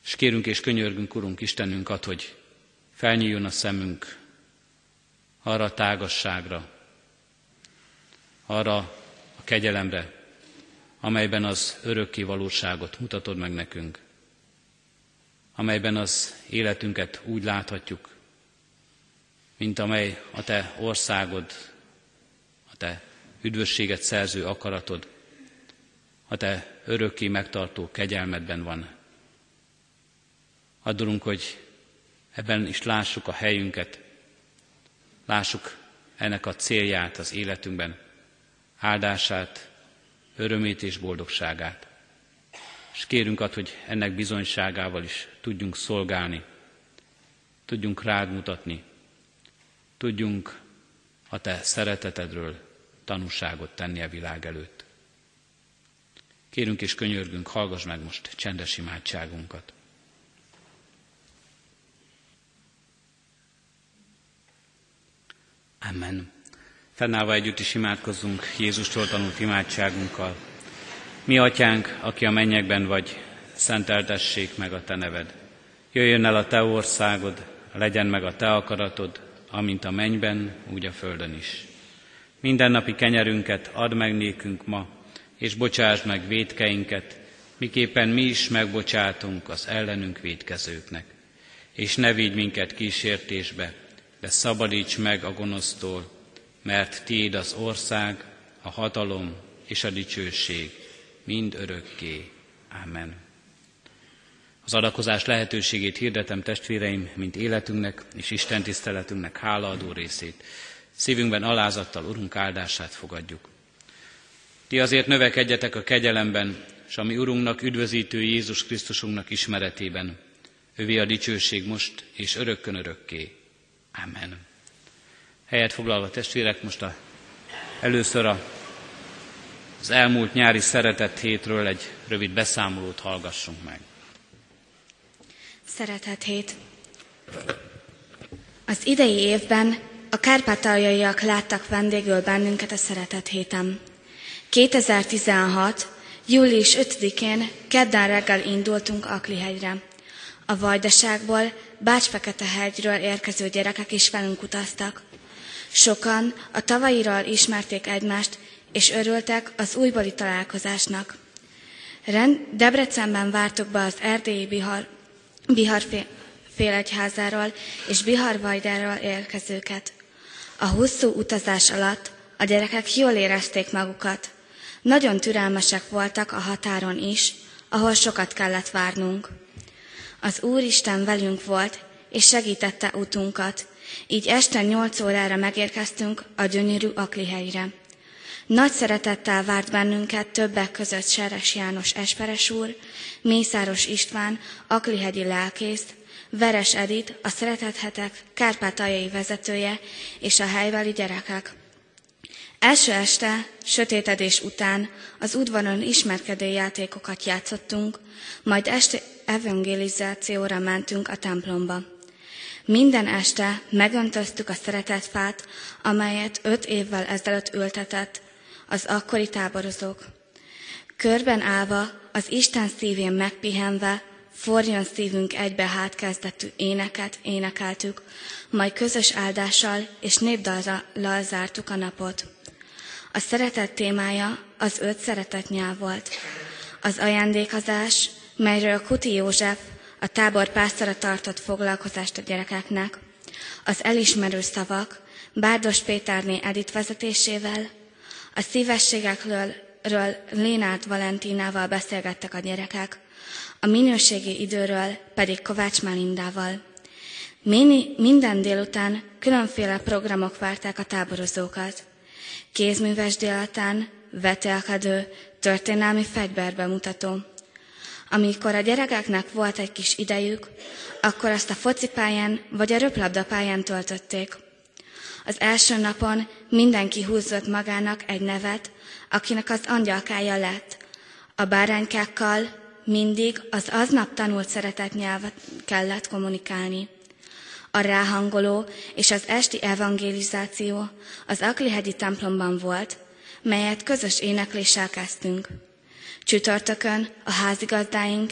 És kérünk és könyörgünk, Urunk Istenünk, hogy felnyíljon a szemünk arra a tágasságra, arra a kegyelemre, amelyben az örökké valóságot mutatod meg nekünk, amelyben az életünket úgy láthatjuk, mint amely a Te országod, a Te üdvösséget szerző akaratod, a Te örökké megtartó kegyelmedben van. Addulunk, hogy ebben is lássuk a helyünket, lássuk ennek a célját az életünkben, áldását, örömét és boldogságát. És kérünk hogy ennek bizonyságával is tudjunk szolgálni, tudjunk rád mutatni, tudjunk a Te szeretetedről tanúságot tenni a világ előtt. Kérünk és könyörgünk, hallgass meg most csendes imádságunkat. Amen. Fennállva együtt is imádkozzunk Jézustól tanult imádságunkkal. Mi atyánk, aki a mennyekben vagy, szenteltessék meg a Te neved. Jöjjön el a Te országod, legyen meg a Te akaratod, amint a mennyben, úgy a földön is. Mindennapi kenyerünket add meg nékünk ma, és bocsásd meg vétkeinket, miképpen mi is megbocsátunk az ellenünk vétkezőknek. És ne vigy minket kísértésbe, de szabadíts meg a gonosztól, mert Tiéd az ország, a hatalom és a dicsőség mind örökké. Amen. Az adakozás lehetőségét hirdetem, testvéreim, mint életünknek és Isten tiszteletünknek hálaadó részét. Szívünkben alázattal Urunk áldását fogadjuk. Ti azért növekedjetek a kegyelemben, és a mi Urunknak, üdvözítő Jézus Krisztusunknak ismeretében. Övé a dicsőség most és örökkön örökké. Amen. Helyet foglalva testvérek, most először az elmúlt nyári szeretett hétről egy rövid beszámolót hallgassunk meg. Szeretett hét. Az idei évben a kárpátaljaiak láttak vendégül bennünket a szeretett héten. 2016. július 5-én kedden reggel indultunk Aklihegyre. A Vajdaságból, Bács-Fekete-hegyről érkező gyerekek is velünk utaztak. Sokan a tavalyiról ismerték egymást, és örültek az újbóli találkozásnak. Debrecenben vártuk be az erdélyi Bihar félegyházáról és Bihar-Vajdáról érkezőket. A hosszú utazás alatt a gyerekek jól érezték magukat. Nagyon türelmesek voltak a határon is, ahol sokat kellett várnunk. Az Úristen velünk volt, és segítette utunkat, így este 8 órára megérkeztünk a gyönyörű Aklihegyre. Nagy szeretettel várt bennünket többek között Seres János esperes úr, Mészáros István, aklihegyi lelkész, Veres Edith, a Szeretett Hetek kárpátaljai vezetője és a helybeli gyerekek. Első este, sötétedés után az udvaron ismerkedő játékokat játszottunk, majd este evangelizációra mentünk a templomba. Minden este megöntöztük a szeretetfát, amelyet 5 évvel ezelőtt ültetett az akkori táborozók. Körben állva, az Isten szívén megpihenve, forjon szívünk egybe kezdetű éneket énekeltük, majd közös áldással és népdallal zártuk a napot. A szeretet témája az 5 szeretetnyelv volt. Az ajándékozás, melyről Kuti József, a tábor pásztora tartott foglalkozást a gyerekeknek, az elismerő szavak, Bárdos Péterné Edith vezetésével, a szívességekről Lénárt Valentinával beszélgettek a gyerekek, a minőségi időről pedig Kovács Málindával. Minden délután különféle programok várták a táborozókat. Kézműves délután, vetélkedő, történelmi fegyverbemutató. Amikor a gyerekeknek volt egy kis idejük, akkor azt a focipályán vagy a röplabdapályán töltötték. Az első napon mindenki húzott magának egy nevet, akinek az angyalkája lett. A báránykákkal mindig az aznap tanult szeretetnyelvet kellett kommunikálni. A ráhangoló és az esti evangelizáció az aklihegyi templomban volt, melyet közös énekléssel kezdtünk. Csütörtökön a házigazdáink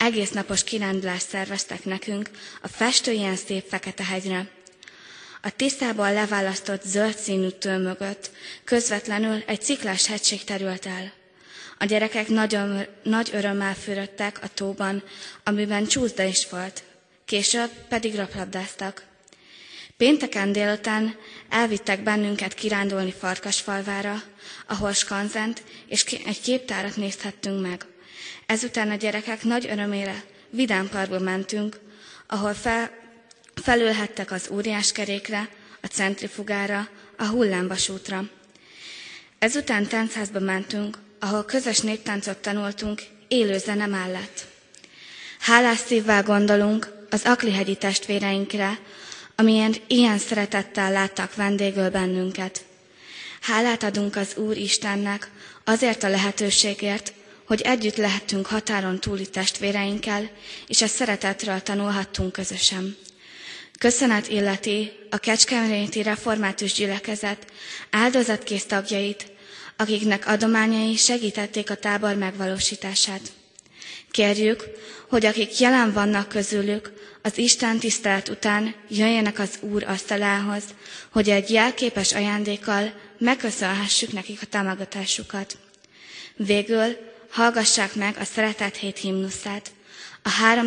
egész napos kirándulást szerveztek nekünk a festő ilyen szép fekete hegyre. A tisztából leválasztott zöld színű tő mögött közvetlenül egy sziklás hegység terült el. A gyerekek nagy örömmel fürödtek a tóban, amiben csúszda is volt. Később pedig röplabdáztak. Pénteken délután elvittek bennünket kirándulni Farkasfalvára, ahol skanzent és egy képtárat nézhettünk meg. Ezután a gyerekek nagy örömére Vidám Parkba mentünk, ahol felülhettek az óriáskerékre, a centrifugára, a hullámvasútra. Ezután tánchászba mentünk, ahol közös néptáncot tanultunk élő zene mellett. Hálás szívvel gondolunk az Aklihegyi testvéreinkre, amilyen ilyen szeretettel láttak vendégül bennünket. Hálát adunk az Úr Istennek azért a lehetőségért, hogy együtt lehettünk határon túli testvéreinkkel, és a szeretetről tanulhattunk közösen. Köszönet illeti a Kecskeméti Református Gyülekezet áldozatkész tagjait, akiknek adományai segítették a tábor megvalósítását. Kérjük, hogy akik jelen vannak közülük, az Isten tisztelet után jöjjenek az Úr asztalához, hogy egy jelképes ajándékkal megköszönhessük nekik a támogatásukat. Végül hallgassák meg a Szeretet Hét himnuszát, a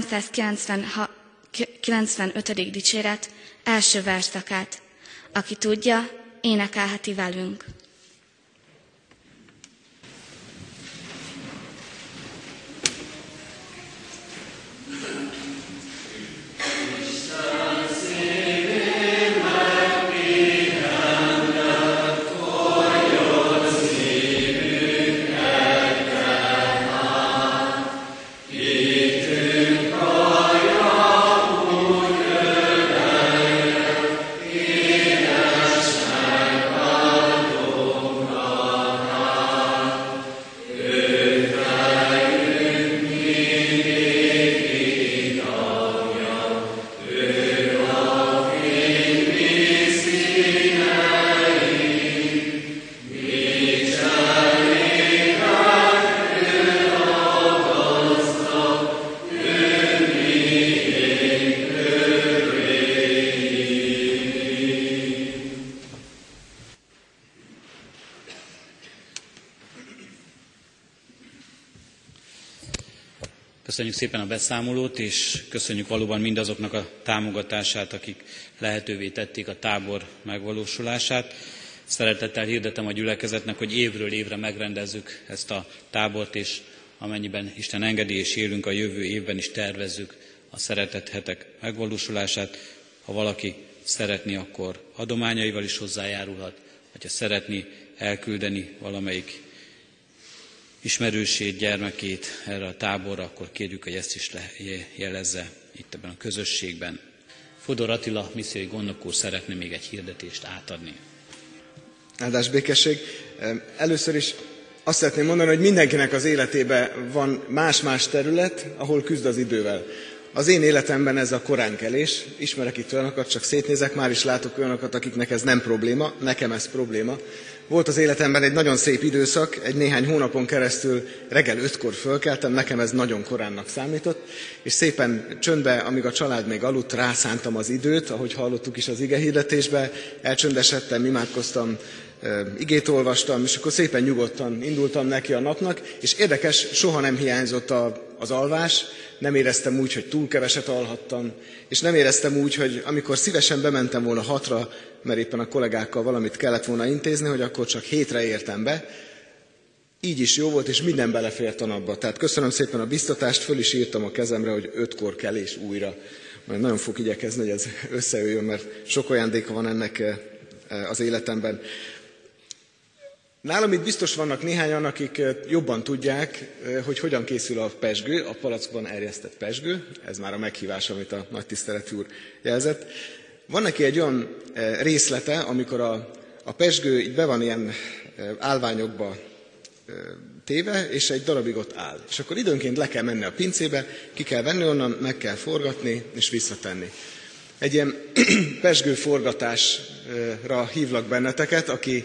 395. dicséret első versszakát. Aki tudja, énekelheti velünk. Köszönjük szépen a beszámolót, és köszönjük valóban mindazoknak a támogatását, akik lehetővé tették a tábor megvalósulását. Szeretettel hirdetem a gyülekezetnek, hogy évről évre megrendezzük ezt a tábort, és amennyiben Isten engedi és élünk, a jövő évben is tervezzük a Szeretet Hetek megvalósulását. Ha valaki szeretné, akkor adományaival is hozzájárulhat, vagy ha szeretné elküldeni valamelyik ismerősét, gyermekét erre a táborra, akkor kérjük, hogy ezt is jelezze itt ebben a közösségben. Fodor Attila, missziói gondnok úr szeretne még egy hirdetést átadni. Áldás békesség. Először is azt szeretném mondani, hogy mindenkinek az életében van más-más terület, ahol küzd az idővel. Az én életemben ez a koránkelés. Ismerek itt olyanokat, csak szétnézek, már is látok olyanokat, akiknek ez nem probléma, nekem ez probléma. Volt az életemben egy nagyon szép időszak, egy néhány hónapon keresztül reggel 5-kor fölkeltem, nekem ez nagyon koránnak számított, és szépen csöndbe, amíg a család még aludt, rászántam az időt, ahogy hallottuk is az igehirdetésbe, elcsöndesedtem, imádkoztam, igét olvastam, és akkor szépen nyugodtan indultam neki a napnak, és érdekes, soha nem hiányzott az alvás, nem éreztem úgy, hogy túl keveset alhattam, és nem éreztem úgy, hogy amikor szívesen bementem volna 6-ra, mert éppen a kollégákkal valamit kellett volna intézni, hogy akkor csak 7-re értem be. Így is jó volt, és minden belefért a napba. Tehát köszönöm szépen a biztatást, föl is írtam a kezemre, hogy 5-kor kelés újra. Majd nagyon fog igyekezni, hogy ez összejöjjön, mert sok ajándéka van ennek az életemben. Nálam itt biztos vannak néhányan, akik jobban tudják, hogy hogyan készül a pezsgő, a palackban erjesztett pezsgő. Ez már a meghívás, amit a nagy tiszteletű úr jelzett. Van neki egy olyan részlete, amikor a pezsgő így be van ilyen állványokba téve, és egy darabig ott áll. És akkor időnként le kell menni a pincébe, ki kell venni onnan, meg kell forgatni, és visszatenni. Egy ilyen pezsgőforgatásra hívlak benneteket, aki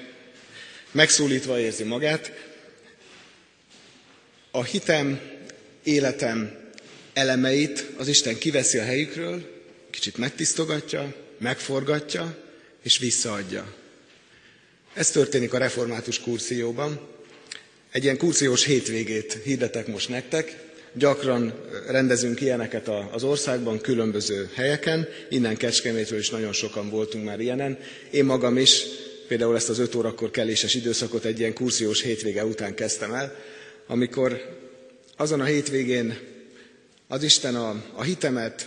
megszólítva érzi magát. A hitem életem elemeit az Isten kiveszi a helyükről, kicsit megtisztogatja, megforgatja és visszaadja. Ez történik a református kurzióban. Egy ilyen kurziós hétvégét hirdetek most nektek. Gyakran rendezünk ilyeneket az országban, különböző helyeken. Innen Kecskemétről is nagyon sokan voltunk már ilyenen. Én magam is például ezt az 5 órakor keléses időszakot egy ilyen kurziós hétvége után kezdtem el, amikor azon a hétvégén az Isten a hitemet,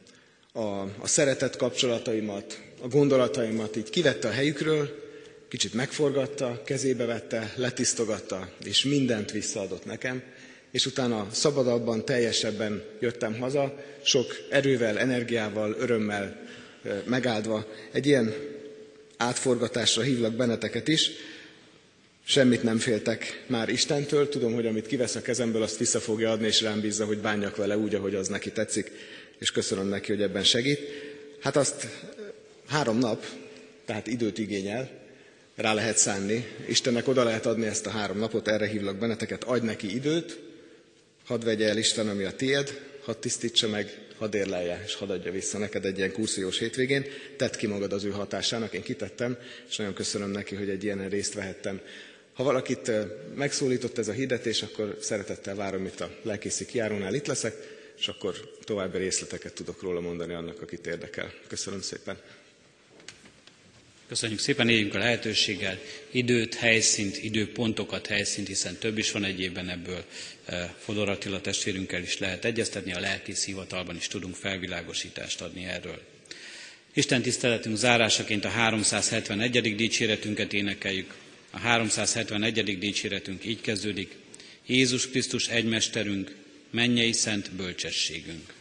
a szeretet kapcsolataimat, a gondolataimat így kivette a helyükről, kicsit megforgatta, kezébe vette, letisztogatta, és mindent visszaadott nekem, és utána szabadabban, teljesebben jöttem haza, sok erővel, energiával, örömmel megáldva. Egy ilyen átforgatásra hívlak benneteket is. Semmit nem féltek már Istentől, tudom, hogy amit kivesz a kezemből, azt vissza fogja adni, és rám bízza, hogy bánjak vele úgy, ahogy az neki tetszik, és köszönöm neki, hogy ebben segít. Hát azt 3 nap, tehát időt igényel, rá lehet szánni. Istennek oda lehet adni ezt a 3 napot, erre hívlak benneteket, adj neki időt, hadd vegye el Isten, ami a tiéd, hadd tisztítsa meg, hadd érlelje, és hadd adja vissza neked egy ilyen kurziós hétvégén. Tedd ki magad az ő hatásának, én kitettem, és nagyon köszönöm neki, hogy egy ilyenen részt vehettem. Ha valakit megszólított ez a hirdetés, akkor szeretettel várom itt a lelkészi kijárónál, itt leszek, és akkor további részleteket tudok róla mondani annak, akit érdekel. Köszönöm szépen. Köszönjük szépen, éljünk a lehetőséggel, időt, helyszínt, időpontokat, helyszínt, hiszen több is van egyébben ebből. Fodor Attila testvérünkkel is lehet egyeztetni, a lelkész hivatalban is tudunk felvilágosítást adni erről. Isten tiszteletünk zárásaként a 371. dicséretünket énekeljük. A 371. dicséretünk így kezdődik. Jézus Krisztus egymesterünk, mennyei szent bölcsességünk.